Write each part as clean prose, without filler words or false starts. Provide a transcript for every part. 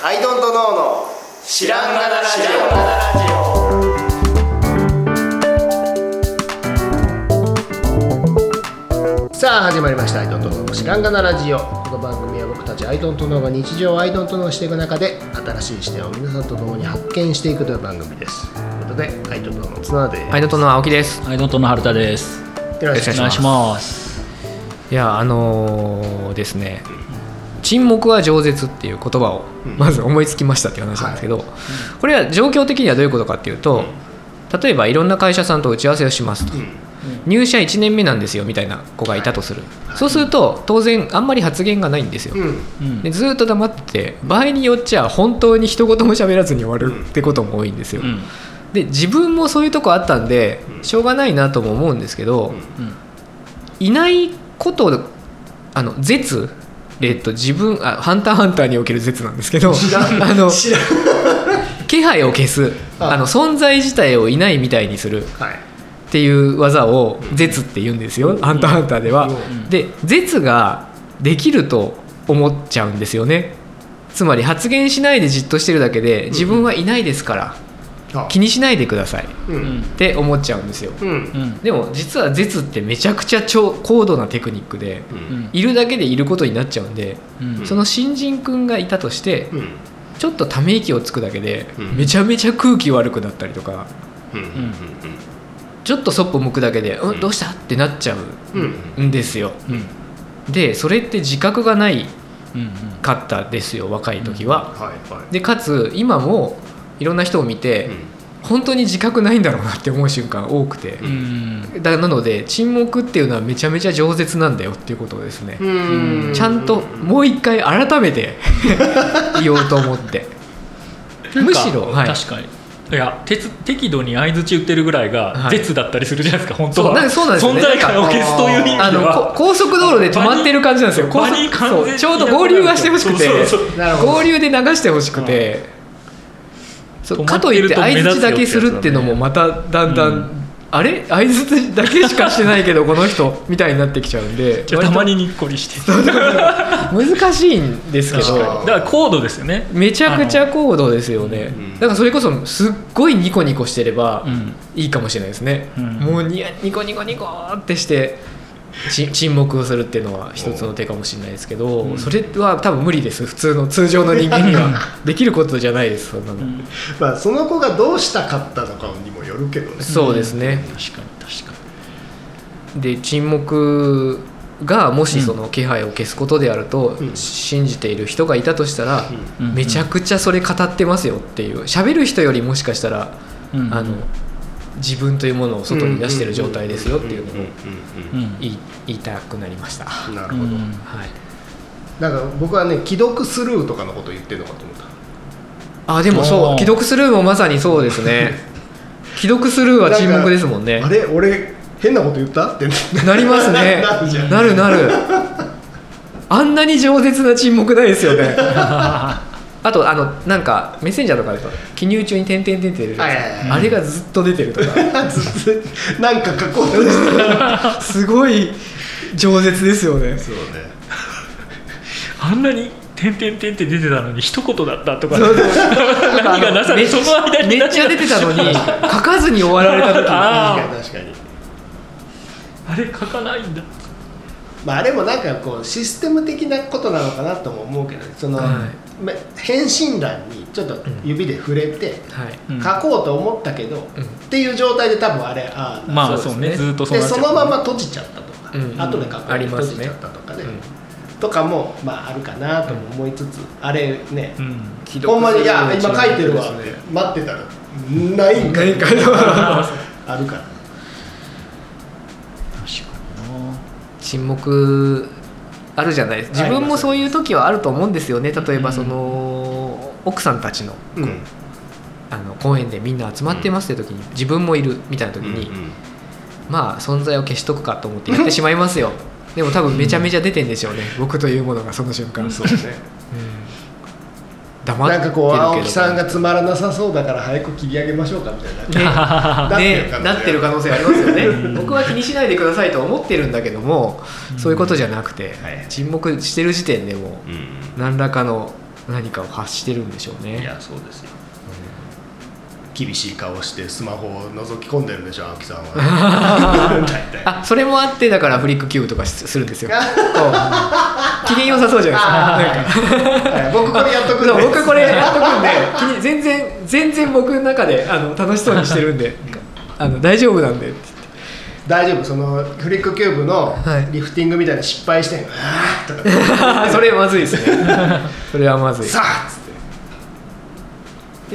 アイドントノーの知らんがなラジオ。さあ始まりましたアイドントノーの知らんがなラジオ。この番組は僕たちアイドントノーが日常をアイドントノーしていく中で新しい視点を皆さんと共に発見していくという番組です。ということでアイドントノーの綱です。 アイドントノー青木です。 アイドントノー春田です。 よろしくお願いします。 いやですね、沈黙は饒舌っていう言葉をまず思いつきましたっていう話なんですけど、これは状況的にはどういうことかっていうと、例えばいろんな会社さんと打ち合わせをしますと、入社1年目なんですよみたいな子がいたとする。そうすると当然あんまり発言がないんですよ。でずっと黙ってて、場合によっちゃ本当に一言も喋らずに終わるってことも多いんですよ。で自分もそういうとこあったんでしょうがないなとも思うんですけど、いないことを絶、自分ハンターハンターにおける絶なんですけど気配を消す、存在自体をいないみたいにするっていう技を絶って言うんですよ、ハンターハンターでは。で絶ができると思っちゃうんですよね。つまり発言しないでじっとしてるだけで自分はいないですから気にしないでくださいって思っちゃうんですよ。でも実は絶ってめちゃくちゃ高度なテクニックで、いるだけでいることになっちゃうんで、その新人くんがいたとして、ちょっとため息をつくだけでめちゃめちゃ空気悪くなったりとか、ちょっとそっぽ向くだけでどうしたってなっちゃうんですよ。でそれって自覚がないかったですよ、若い時は。でかつ今もいろんな人を見て、本当に自覚ないんだろうなって思う瞬間多くて、なので沈黙っていうのはめちゃめちゃ饒舌なんだよっていうことをですね、ちゃんともう一回改めて言おうと思ってむしろ、 確かにいや適度に相槌打ってるぐらいが絶だったりするじゃないですか、本当は。 そうなんですよね、 存在感を消すという意味では高速道路で止まってる感じなんですよ。ちょうど合流がしてほしくて、合流で流してほしくて、かといって相槌だけするっていうのもまただんだん、あれ相槌だけしかしてないけどこの人みたいになってきちゃうんで、 たまににっこりして難しいんですけど、 だから高度ですよね。 めちゃくちゃ高度ですよね。だからそれこそすっごいニコニコしてればいいかもしれないですね。もうニコニコニコってして沈黙をするっていうのは一つの手かもしれないですけど、それは多分無理です。普通の通常の人間にはできることじゃないです。そんなの、 その子がどうしたかったのかにもよるけどね。 そうですね、 確かにで沈黙がもしその気配を消すことであると信じている人がいたとしたら、めちゃくちゃそれ語ってますよっていう、喋る人よりもしかしたら自分というものを外に出している状態ですよっていうのを言いたくなりました。 なるほど、だから僕はね、既読スルーとかのことを言ってるのかと思った。 でもそう、既読スルーもまさにそうですね。既読スルーは沈黙ですもんね。 あれ俺変なこと言ったってなりますね。なるあんなに饒舌な沈黙ないですよね。あとなんかメッセンジャーとかだと記入中に点々点って出るじゃないですか、あれがずっと出てるとかなんか書こうとしてすごい饒舌ですよね。 そうねあんなに点々点って出てたのに一言だったとか、何がなされその間にめっちゃ出てたのに書かずに終わられた時確かにあれ書かないんだ。 あれもなんかこうシステム的なことなのかなとも思うけど、その、返信欄にちょっと指で触れて、書こうと思ったけど、っていう状態で多分あれそうね、ずっとでそのまま閉じちゃったとか、後で書こうと閉じちゃったとかね、とかもあるかなとも思いつつ、あれね、ほんまにいや今書いてるわって待ってたらないんかいあるから。 沈黙あるじゃないですか。自分もそういう時はあると思うんですよね。例えばその奥さんたちの公園でみんな集まってますって時に自分もいるみたいな時に、存在を消しとくかと思ってやってしまいますよ。でも多分めちゃめちゃ出てんでしょうね、僕というものがその瞬間。 そうね、 黙ってるけど、 なんかこう青木さんがつまらなさそうだから早く切り上げましょうかみたいななってる可能性ありますよね。僕は気にしないでくださいと思ってるんだけども、そういうことじゃなくて、沈黙してる時点でも何らかの何かを発してるんでしょうね。 いやそうですよ、厳しい顔してスマホを覗き込んでるんでしょ青木さんは大体あ、それもあってだからフリックキューブとかするんですよ機嫌良さそうじゃないですか。はい、僕これやっとくんで僕これやっとくんで全然僕の中で楽しそうにしてるんで大丈夫なんでって。 大丈夫、そのフリックキューブのリフティングみたいな失敗して、とかそれまずいですねそれはまずい。 さあっつって。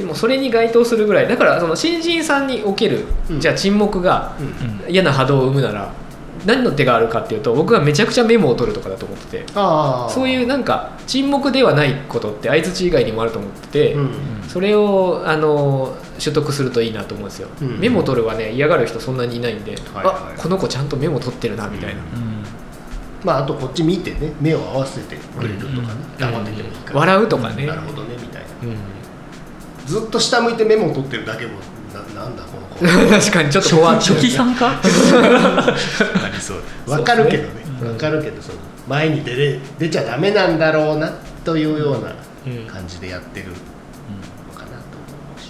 でもそれに該当するぐらいだから、その新人さんにおける、じゃあ沈黙が嫌な波動を生むなら何の手があるかっていうと、僕はめちゃくちゃメモを取るとかだと思ってて、そういうなんか沈黙ではないことって相槌以外にもあると思ってて、それを取得するといいなと思うんですよ。メモ取るはね嫌がる人そんなにいないんで、あ、この子ちゃんとメモ取ってるなみたいな、 まああとこっち見てね、目を合わせてくれるとかね、黙っててもいいから笑うとかね、 なるほどねみたいな、ずっと下向いてメモを取ってるだけもなんだこの子確かにちょっと怖い。 初期さんかありそう。分かるけどね、分かるけど、その前に出ちゃダメなんだろうなというような感じでやってるのかなと思うし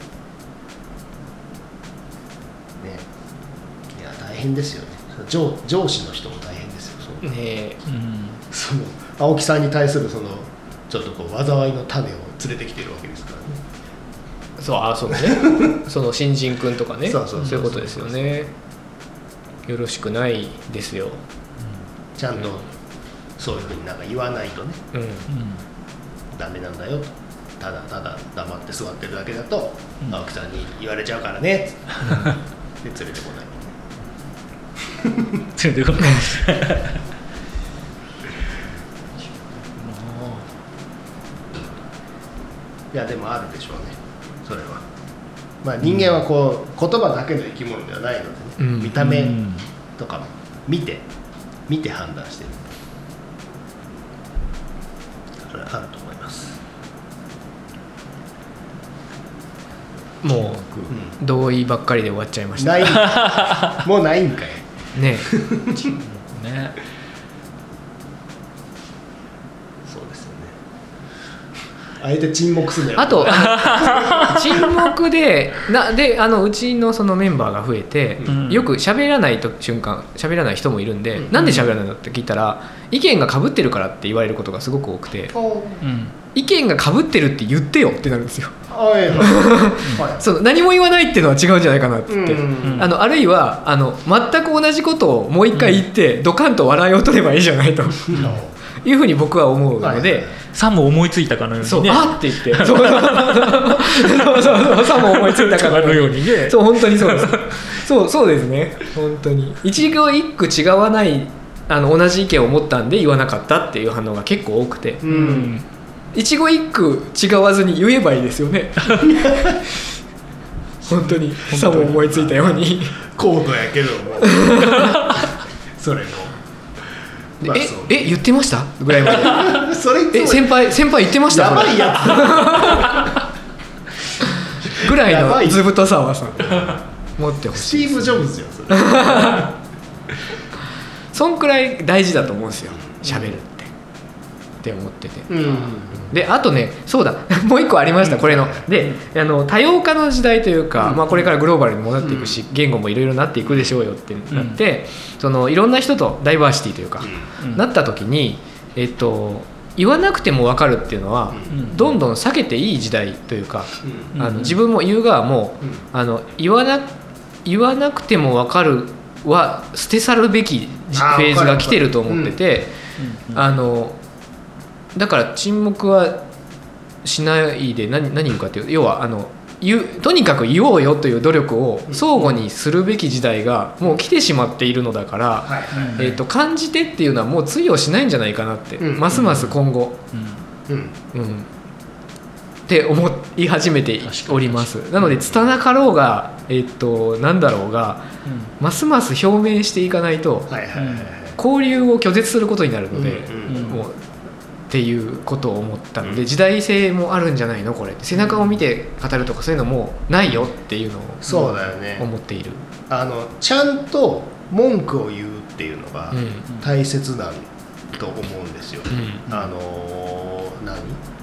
ね。いや大変ですよね。上司の人も大変ですよ。そうね、その青木さんに対するそのちょっとこう災いの種を連れてきてるわけですからね。 そうねその新人くんとかね、そういうことですよね。よろしくないですよ、 ちゃんとそういうふうになんか言わないとね、ダメなんだよと。ただ黙って座ってるだけだと、青木さんに言われちゃうからねで連れてこない連れてこないいやでもあるでしょうね、それは。まあ人間はこう言葉だけの生き物ではないのでね、見た目とかも見て判断してる。それはあると思います。 もう、同意ばっかりで終わっちゃいました。 ないもうないんかいねね。 あえて沈黙するんだよ。 あと沈黙でうちのそのメンバーが増えて、よく喋らない瞬間喋らない人もいるんで、なんで喋らないのって聞いたら、意見が被ってるからって言われることがすごく多くて、意見が被ってるって言ってよってなるんですよ。そう何も言わないっていうのは違うんじゃないかなって言って、あるいは全く同じことをもう一回言って、ドカンと笑いを取ればいいじゃないというふうに僕は思うので、 さも思いついたかのようにね、 そうあって言ってそうさも思いついたかのようにね、そう本当にそうですそうですね、本当に一語一句違わない同じ意見を持ったんで言わなかったっていう反応が結構多くて、一語一句違わずに言えばいいですよね本当にさも思いついたように高度やけどもそれも言ってましたぐらいまでそれ先輩言ってましたやばいやつぐらいの図太さはさ持ってほしい。 スティーブ・ジョブズよそれそんくらい大事だと思うんですよ、喋るって思ってて、であとね、そうだもう一個ありました、これので多様化の時代というか、これからグローバルにもなっていくし、言語もいろいろなっていくでしょうよってなって、そのいろんな人とダイバーシティというか、なった時に言わなくても分かるっていうのは、どんどん避けていい時代というか、自分も言う側も、言わなくても分かるは捨て去るべきフェーズが来てると思ってて、だから沈黙はしないで何言うかっていう、要はとにかく言おうよという努力を相互にするべき時代がもう来てしまっているのだから、感じてっていうのはもう通用しないんじゃないかなって、ますます今後、って思い始めております。なので拙かろうがなんだろうが、ますます表明していかないと、交流を拒絶することになるので、もうっていうことを思ったので、時代性もあるんじゃないのこれ、背中を見て語るとかそういうのもないよっていうのをそうだよね、 思っている。 ちゃんと文句を言うっていうのが大切だと思うんですよ。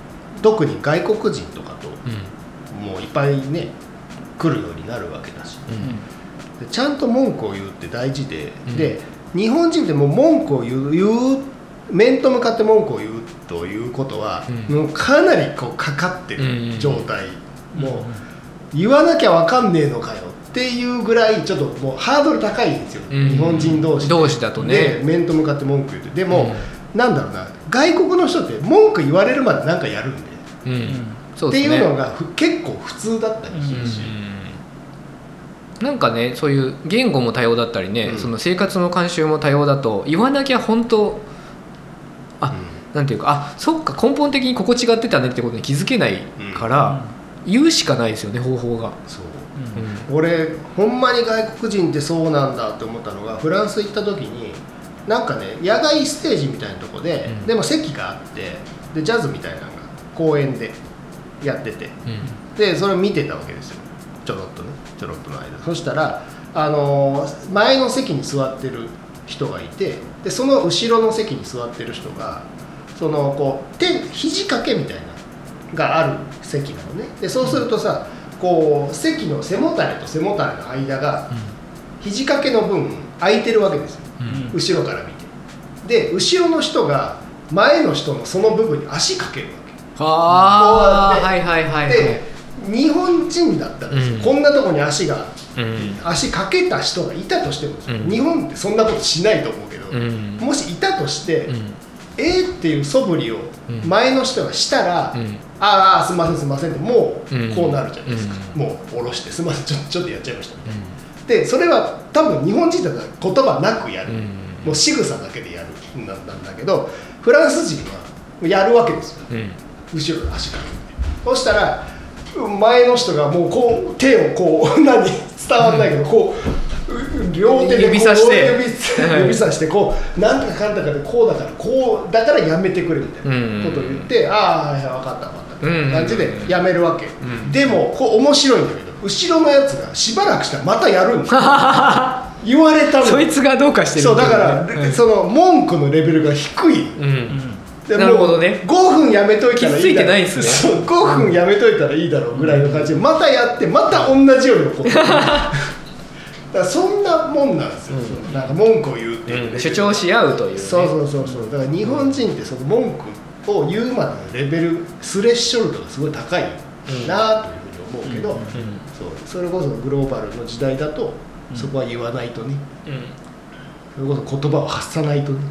特に外国人とかともういっぱいね来るようになるわけだし、でちゃんと文句を言うって大事で、で日本人ってもう文句を言う面と向かって文句を言うということは、もうかなりこうかかってる状態、もう言わなきゃ分かんねえのかよっていうぐらいちょっともうハードル高いんですよ、日本人同士だとね。 で面と向かって文句言うて、でも、なんだろうな、外国の人って文句言われるまでなんかやるんで、っていうのが結構普通だったりするし、 なんかね、そういう言語も多様だったりね、その生活の慣習も多様だと言わなきゃ本当なんていうか、そっか根本的にここ違ってたねってことに気づけないから、言うしかないですよね、方法が。 そう、俺ほんまに外国人ってそうなんだって思ったのが、フランス行った時になんかね、野外ステージみたいなとこで、でも席があって、でジャズみたいなのが公園でやってて、でそれを見てたわけですよ、ちょろっとの間。そしたら前の席に座ってる人がいて、でその後ろの席に座ってる人がそのこう肘掛けみたいながある席なのね。でそうするとさ、こう席の背もたれと背もたれの間が肘掛けの分空いてるわけですよ、後ろから見て。で後ろの人が前の人のその部分に足かけるわけ。 はいはいはい。 で日本人だったらですよ、こんなとこに足かけた人がいたとしてもですよ、日本ってそんなことしないと思うけど、もしいたとして、っていう素振りを前の人がしたら、ああすいませんすいませんってもうこうなるじゃないですか、もう下ろしてすいませんちょっとやっちゃいました、でそれは多分日本人だったら言葉なくやる、もう仕草だけでやるんだけど、フランス人はやるわけですよ、後ろで足かけて。そしたら前の人がもうこう手をこう伝わんないけど、こう両手でこう指さしてこうなんとかかんだかでこうだからやめてくれみたいなことを言って、ああ分かったみたいな感じでやめるわけ、でもこう面白いんだけど、後ろのやつがしばらくしたらまたやるんですよ言われたの、 そいつがどうかしてる、 そうだから、その文句のレベルが低い、 なるほどね。 5分やめといたらいいだろう、 気づいてないんですね。 そう、5分やめといたらいいだろうぐらいの感じでまたやって、また同じように起こるだからそんなもんなんですよ、なんか文句を言うっていう、 主張し合うという、ね、 そうだから日本人ってその文句を言うまでのレベル、スレッショルドがすごい高いなというふうに思うけど、それこそグローバルの時代だとそこは言わないとね、それこそ言葉を発さないとね、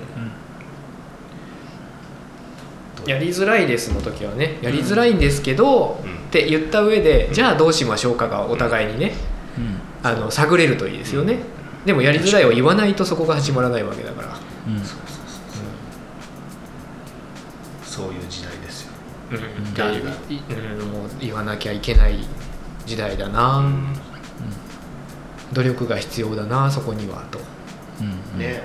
やりづらいですの時はね、やりづらいんですけど、って言った上で、じゃあどうしましょうかがお互いにね、探れるといいですよね。でもやりづらいを言わないとそこが始まらないわけだから、 そういう時代ですよ、 もう言わなきゃいけない時代だな、努力が必要だなそこにはと、 ね、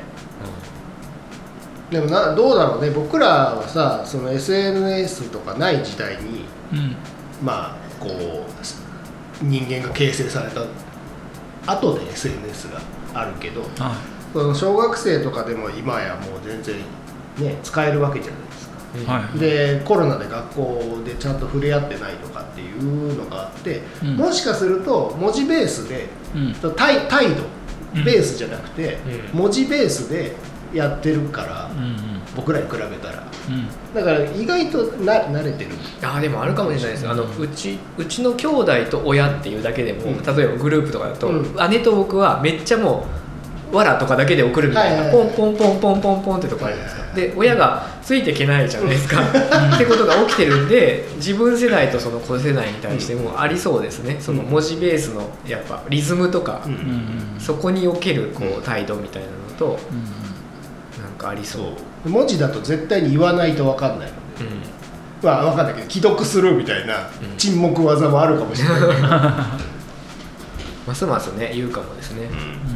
でもどうだろうね、僕らはさ、その SNS とかない時代に、まあこう人間が形成された後で SNS があるけど、その小学生とかでも今やもう全然ね使えるわけじゃないですか、でコロナで学校でちゃんと触れ合ってないとかっていうのがあって、もしかすると文字ベースで、態度ベースじゃなくて、文字ベースでやってるから、僕らに比べたら、だから意外と慣れてる。 でもあるかもしれないです。うちの兄弟と親っていうだけでも、例えばグループとかだと、姉と僕はめっちゃもうわらとかだけで送るみたいな、ポンポンポンポンポンポンってとこあるじゃないですか。で親がついていけないじゃないですかってことが起きてるんで、自分世代とその子世代に対してもありそうですね、その文字ベースのやっぱリズムとか、そこにおけるこう態度みたいなのと、なんかありそう。 文字だと絶対に言わないと分かんないので、まあ分かんないけど既読するみたいな沈黙技もあるかもしれないけどますますね言うかもですね、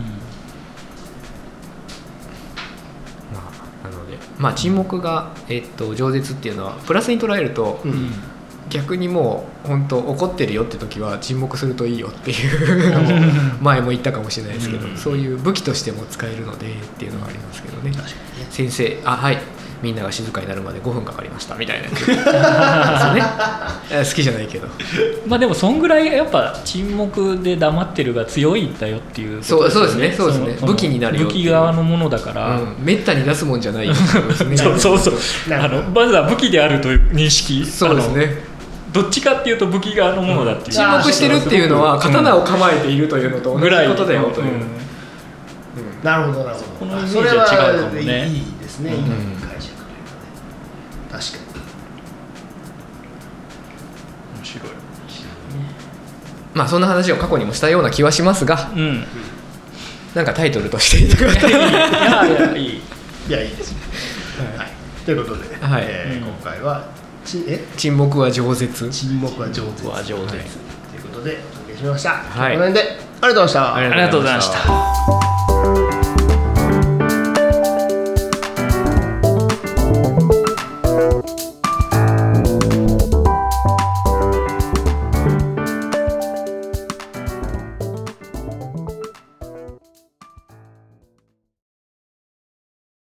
なので沈黙が、饒舌っていうのはプラスに捉えると、逆にもう本当怒ってるよって時は沈黙するといいよっていうのも前も言ったかもしれないですけど、そういう武器としても使えるのでっていうのがありますけどね。先生、はい、 みんなが静かになるまで5分かかりましたみたいなやつですね好きじゃないけどまあでもそんぐらいやっぱ沈黙で黙ってるが強いんだよっていうことですよね。 そうですね武器になるよ武器側のものだから、 めったに出すもんじゃないよですねそうまずは武器であるという認識。 そうですね。 どっちかっていうと武器側のものだっていう、 沈黙してるっていうのは刀を構えているというのと同じことだよという、 なるほどなるほど。 このイメージは違うかもね。 いいですね、いい解釈というかね、確かに面白い。 まあそんな話を過去にもしたような気はしますが、なんかタイトルとしていただいていやいいですね、はい、ということで、今回は沈黙は饒舌、 沈黙は饒舌ということでお届けしました。 はい、 この辺でありがとうございました。 ありがとうございました。